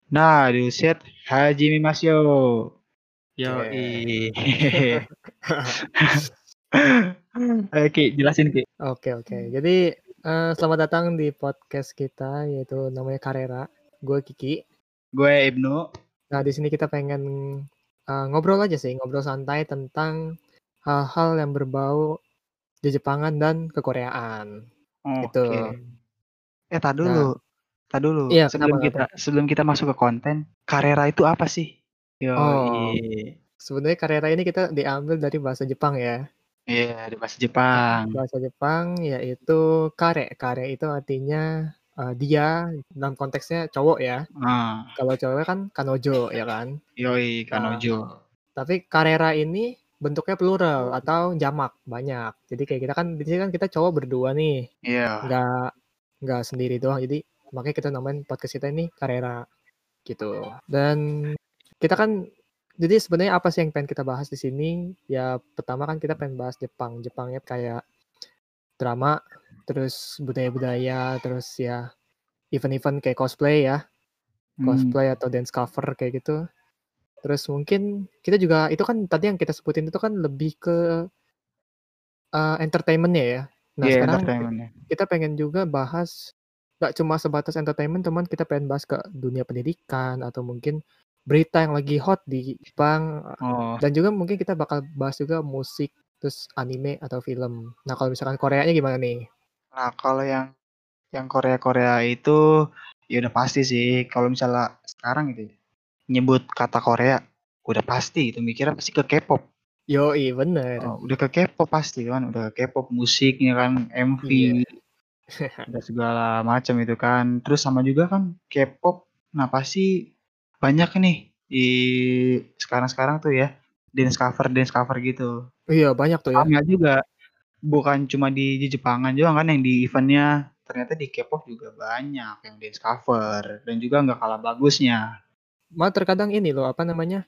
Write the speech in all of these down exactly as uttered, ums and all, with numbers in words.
Nah, diuset Hajime Masyo. Yoi. Oke. Ayo Ki, jelasin Ki. Oke oke. Jadi uh, selamat datang di podcast kita yaitu namanya Karera. Gue Kiki. Gue Ibnu. Nah di sini kita pengen uh, ngobrol aja sih, ngobrol santai tentang hal-hal yang berbau di Jepangan dan kekoreaan. Gitu. Oke. Eh, tak Nah, dulu. Tak dulu. iya kenapa Sebelum kenapa? kita sebelum kita masuk ke konten, Karera itu apa sih? Oh, Yoi. sebenarnya Karera ini kita diambil dari bahasa Jepang ya. Iya, di bahasa Jepang. Bahasa Jepang yaitu kare. Kare itu artinya uh, dia dalam konteksnya cowok ya. Ah, Kalau cewek kan kanojo ya kan. yoi, Nah, Kanojo. tapi karera ini bentuknya plural atau jamak banyak. Jadi kayak kita kan di sini kan kita cowok berdua nih, Iya. nggak nggak sendiri doang. Jadi makanya kita namain podcast kita ini karera gitu. Dan kita kan jadi sebenarnya apa sih yang pengen kita bahas di sini? Ya pertama kan kita pengen bahas Jepang. Jepangnya kayak drama, terus budaya-budaya, terus ya event-event kayak cosplay ya, Hmm. cosplay atau dance cover kayak gitu. Terus mungkin kita juga itu kan tadi yang kita sebutin itu kan lebih ke uh, entertainment-nya ya. Nah, Iya, sekarang entertainment-nya. kita pengen juga bahas nggak cuma sebatas entertainment, teman kita pengen bahas ke dunia pendidikan atau mungkin berita yang lagi hot di Jepang Oh. dan juga mungkin kita bakal bahas juga musik terus anime atau film. Nah, kalau misalkan Koreanya gimana nih? Nah, kalau yang yang Korea-Korea itu ya udah pasti sih kalau misalnya sekarang gitu ya, nyebut kata Korea udah pasti itu mikirnya pasti ke K-pop. Yoi, bener. Oh, udah ke K-pop pasti kan, udah ke K-pop musiknya kan, M V, Iya. udah segala macam itu kan. Terus sama juga kan K-pop, nah pasti banyak nih di sekarang-sekarang tuh ya dance cover dance cover gitu. Iya, banyak tuh ya. Sama juga bukan cuma di, di Jepangan juga kan yang di eventnya, ternyata di K-pop juga banyak yang dance cover dan juga nggak kalah bagusnya. Malah terkadang ini loh, apa namanya?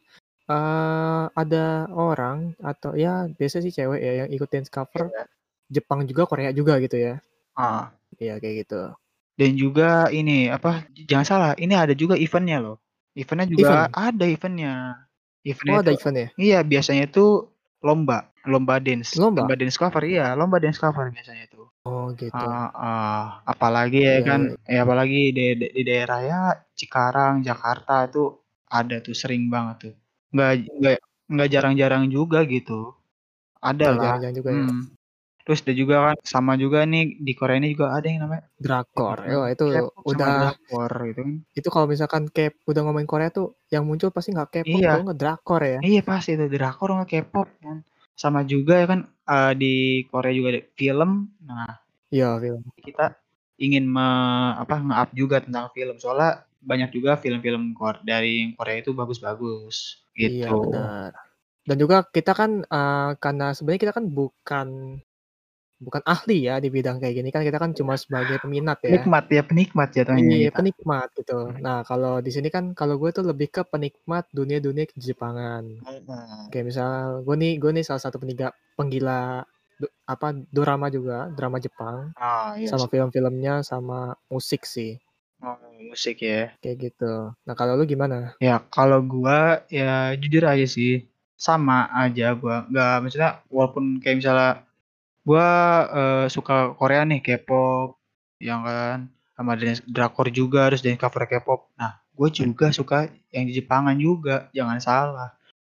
eh ada orang atau ya biasa sih cewek ya yang ikut dance cover Ya. Jepang juga, Korea juga gitu ya. Ah, Iya kayak gitu. dan juga ini apa? Jangan salah, ini ada juga eventnya loh. Eventnya juga Event? ada eventnya. Eventnya Oh itu ada event ya? iya biasanya itu lomba, lomba dance, Lomba? lomba dance cover iya, lomba dance cover biasanya itu. Oh gitu. Ah, ah, apalagi ya Iya kan, iya. ya apalagi di, di, di daerah ya Cikarang, Jakarta itu ada tuh sering banget tuh. Nggak nggak nggak jarang-jarang juga gitu. Ada Nggak lah. jarang-jarang juga ya. Hmm. Terus ada juga kan sama juga nih di Korea ini juga ada yang namanya Drakor. Oh itu K-pop sama udah drakor gitu kan. itu kalau misalkan K udah ngomongin Korea tuh yang muncul pasti nggak K-pop Iya, kalau nggak drakor ya. iya pasti itu drakor sama K-pop kan. Sama juga ya kan eh, di Korea juga ada film. Nah, Iya film. kita ingin me, apa nge-up juga tentang film. Soalnya banyak juga film-film Kor- dari Korea itu bagus-bagus Iya gitu. benar. Dan juga kita kan eh, karena sebenarnya kita kan bukan bukan ahli ya di bidang kayak gini kan kita kan cuma sebagai peminat ya. Penikmat ya, penikmat jatuhnya Iya, kita. penikmat gitu. Nah, kalau di sini kan kalau gue tuh lebih ke penikmat dunia-dunia kejepangan. Mm-mm. Kayak misal gue nih gue nih salah satu penggila penggila du- apa drama juga, drama Jepang Ah iya sama sih. film-filmnya sama musik sih. Oh, musik ya. Kayak gitu. Nah, kalau lu gimana? Ya kalau gua ya jujur aja sih sama aja gua nggak maksudnya walaupun kayak misalnya gua eh, suka Korea nih K-pop yang kan sama dance drakor juga terus dance cover K-pop. Nah gue juga suka yang di Jepangan juga jangan salah.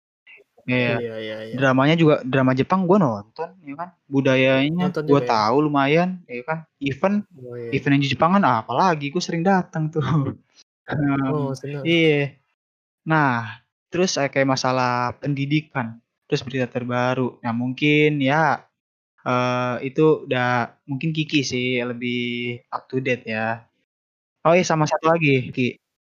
Ya Iya, iya, iya. dramanya juga drama Jepang gue nonton ya kan budayanya Nonton gue juga ya? tahu lumayan ya kan event Oh iya. event yang di Jepangan apalagi gue sering datang tuh. Oh, Hmm, seneng. iya. Nah, terus eh, kayak masalah pendidikan, terus berita terbaru. Nah, mungkin ya eh, itu udah mungkin Kiki sih lebih up to date ya. Oh iya sama satu lagi, Ki.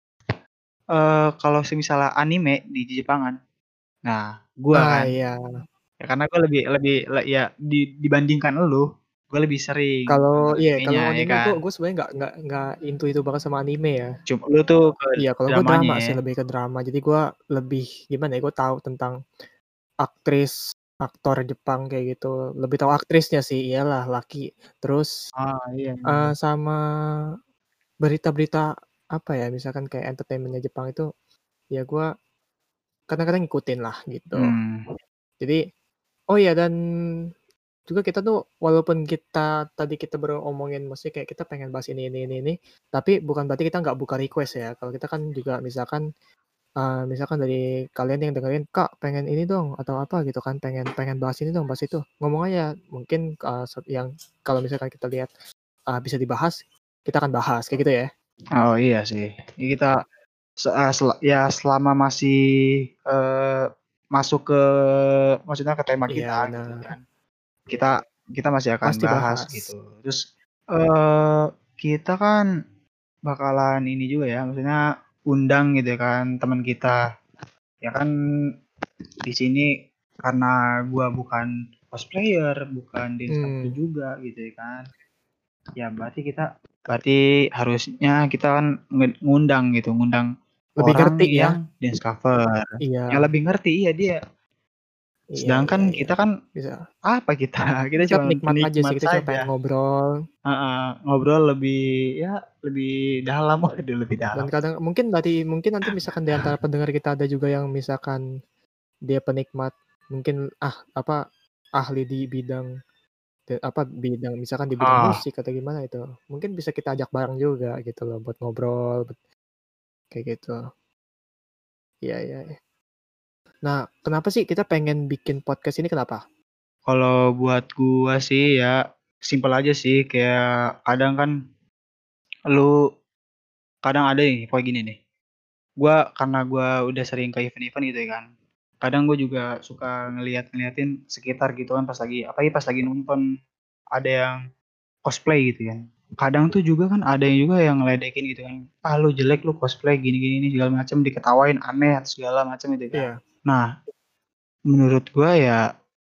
Eh kalau misalnya anime di Jepangan. Nah, gua Ah kan iya. ya karena gua lebih lebih le- ya di, dibandingkan lu, gua lebih sering Kalau nonton iya, kalau animenya ya anime gue kan. gue sebenarnya nggak nggak nggak into itu banget sama anime ya. Cuma lu tuh ke Iya, kalau gue dramanya drama ya. sih, lebih ke drama. Jadi gue lebih gimana ya? Gue tahu tentang aktris, aktor Jepang kayak gitu. Lebih tahu aktrisnya sih, iyalah laki. Terus Ah iya. eh, sama berita-berita. apa ya, misalkan kayak entertainment-nya Jepang itu, ya gua kadang-kadang ngikutin lah gitu. Mmm. Jadi oh ya dan juga kita tuh walaupun kita tadi kita baru omongin maksudnya kayak kita pengen bahas ini ini ini ini, tapi bukan berarti kita nggak buka request ya. Kalau kita kan juga misalkan, eee, misalkan dari kalian yang dengerin, "Kak, pengen ini dong," atau apa gitu kan, "pengen pengen bahas ini dong, bahas itu." Ngomong aja, mungkin, eee, set yang kalau misalkan kita lihat, eee, bisa dibahas, kita akan bahas, kayak gitu ya. Oh iya sih. Ya kita se eee, sela ya selama masih, eee, masuk ke maksudnya ke tema Iya kita gitu benar. kan, kita kita masih akan Pasti bahas bahas. gitu. Terus, eee, kita kan bakalan ini juga ya, maksudnya undang gitu kan temen kita. Ya kan di sini karena gua bukan cosplayer, bukan Dance Capsule Mmm. juga gitu ya kan. Ya berarti kita berarti harusnya kita kan nge ngundang gitu, ngundang Lebih orang ngerti ya. yang dance cover, yang Iya. lebih ngerti iya dia. Iya iya Sedangkan iya, kita kan bisa. apa kita, kita Kita cuman penikmat aja sih, penikmat kita cuma pengen saja. ngobrol. Heeh, ngobrol lebih ya lebih dalam, waduh lebih Dan dalam. kadang mungkin dari mungkin nanti misalkan di antara pendengar kita ada juga yang misalkan dia penikmat, mungkin ah apa, ahli di bidang de apa, bidang misalkan di bidang Oh. musik atau gimana itu, mungkin bisa kita ajak bareng juga gitu loh buat ngobrol, bet kayak gitu. Iya iya iya. Nah, kenapa sih kita pengen bikin podcast ini kenapa? Kalau buat gua sih ya simpel aja sih, kayak kadang kan lu kadang ada nih, pokoknya gini nih, gua karena gua udah sering ke event-event gitu ya kan, kadang gua juga suka ngeliat-ngeliatin sekitar gitu kan pas lagi apalagi pas lagi nonton ada yang cosplay gitu kan. Kadang tuh juga kan ada yang juga yang ngeledekin gitu kan, "Ah, lu jelek lu cosplay gini gini nih," segala macam, diketawain aneh atau segala macam gitu kan. Iya. Nah, menurut gua ya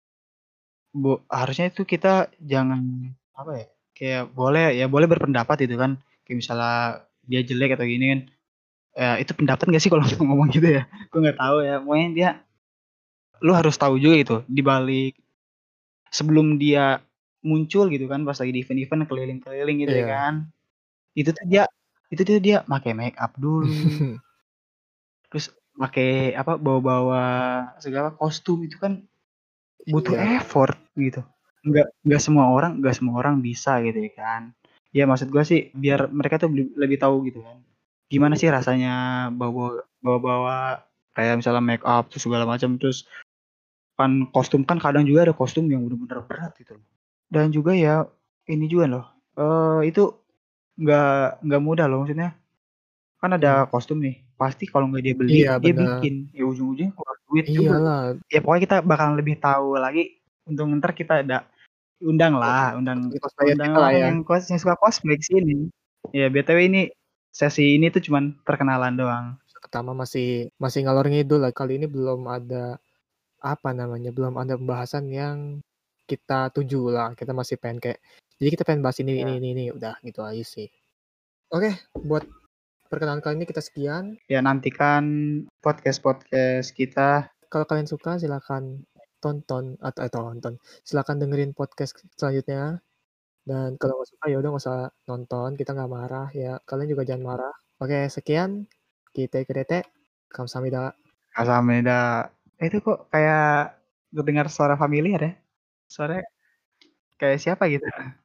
bo harusnya itu kita jangan apa ya, kayak boleh ya boleh berpendapat gitu kan, kayak misalnya dia jelek atau gini kan, ya itu pendapat nggak sih kalau ngomong gitu ya? Gua nggak tahu ya, pokoknya dia lu harus tahu juga gitu, di balik sebelum dia muncul gitu kan, pas lagi di event-event keliling-keliling gitu ya Iya. kan, itu tuh dia itu tuh dia make makeup dulu terus make apa, bawa-bawa segala kostum itu kan butuh Iya. effort gitu. Nggak nggak semua orang nggak semua orang bisa gitu ya kan. Ya maksud gua sih biar mereka tuh leb lebih tahu gitu kan, gimana sih rasanya bawa bawa-bawa kayak misalnya makeup terus segala macam, terus kan kostum kan kadang juga ada kostum yang bener-bener berat gitu loh. Dan juga ya ini juga loh, eee, itu nggak nggak mudah loh, maksudnya kan ada Iya. kostum nih, pasti kalau nggak dia beli, Iya dia bener. bikin, ya ujung-ujungnya keluar duit juga gitu. Iyalah. Ya pokoknya kita bakalan lebih tahu lagi untuk entar kita ada Iya, undanglah, undang cosplayer undang kita lah orang ya. yang cos yang suka cosplay ke sini. Ya B T W ini sesi ini tuh cuman perkenalan doang. Pertama masih masih ngalor ngidul lah, kali ini belum ada, apa namanya, belum ada pembahasan yang kita tuju lah, kita masih pengen kayak, jadi kita pengen bahas ini ini Ya. ini ini, udah gitu aja sih. Oke, buat perkenalan kali ini kita sekian. Ya nantikan podcast-podcast kita. Kalau kalian suka silakan tonton atau eh tonton, silakan dengerin podcast selanjutnya. Dan kalau nggak suka ya udah nggak usah nonton, kita nggak marah ya, kalian juga jangan marah. Oke sekian, kita kedete, kamsahamnida. Kamsahamnida. Eh itu kok kayak terdengar suara familiar ya? Suaranya kayak siapa gitu?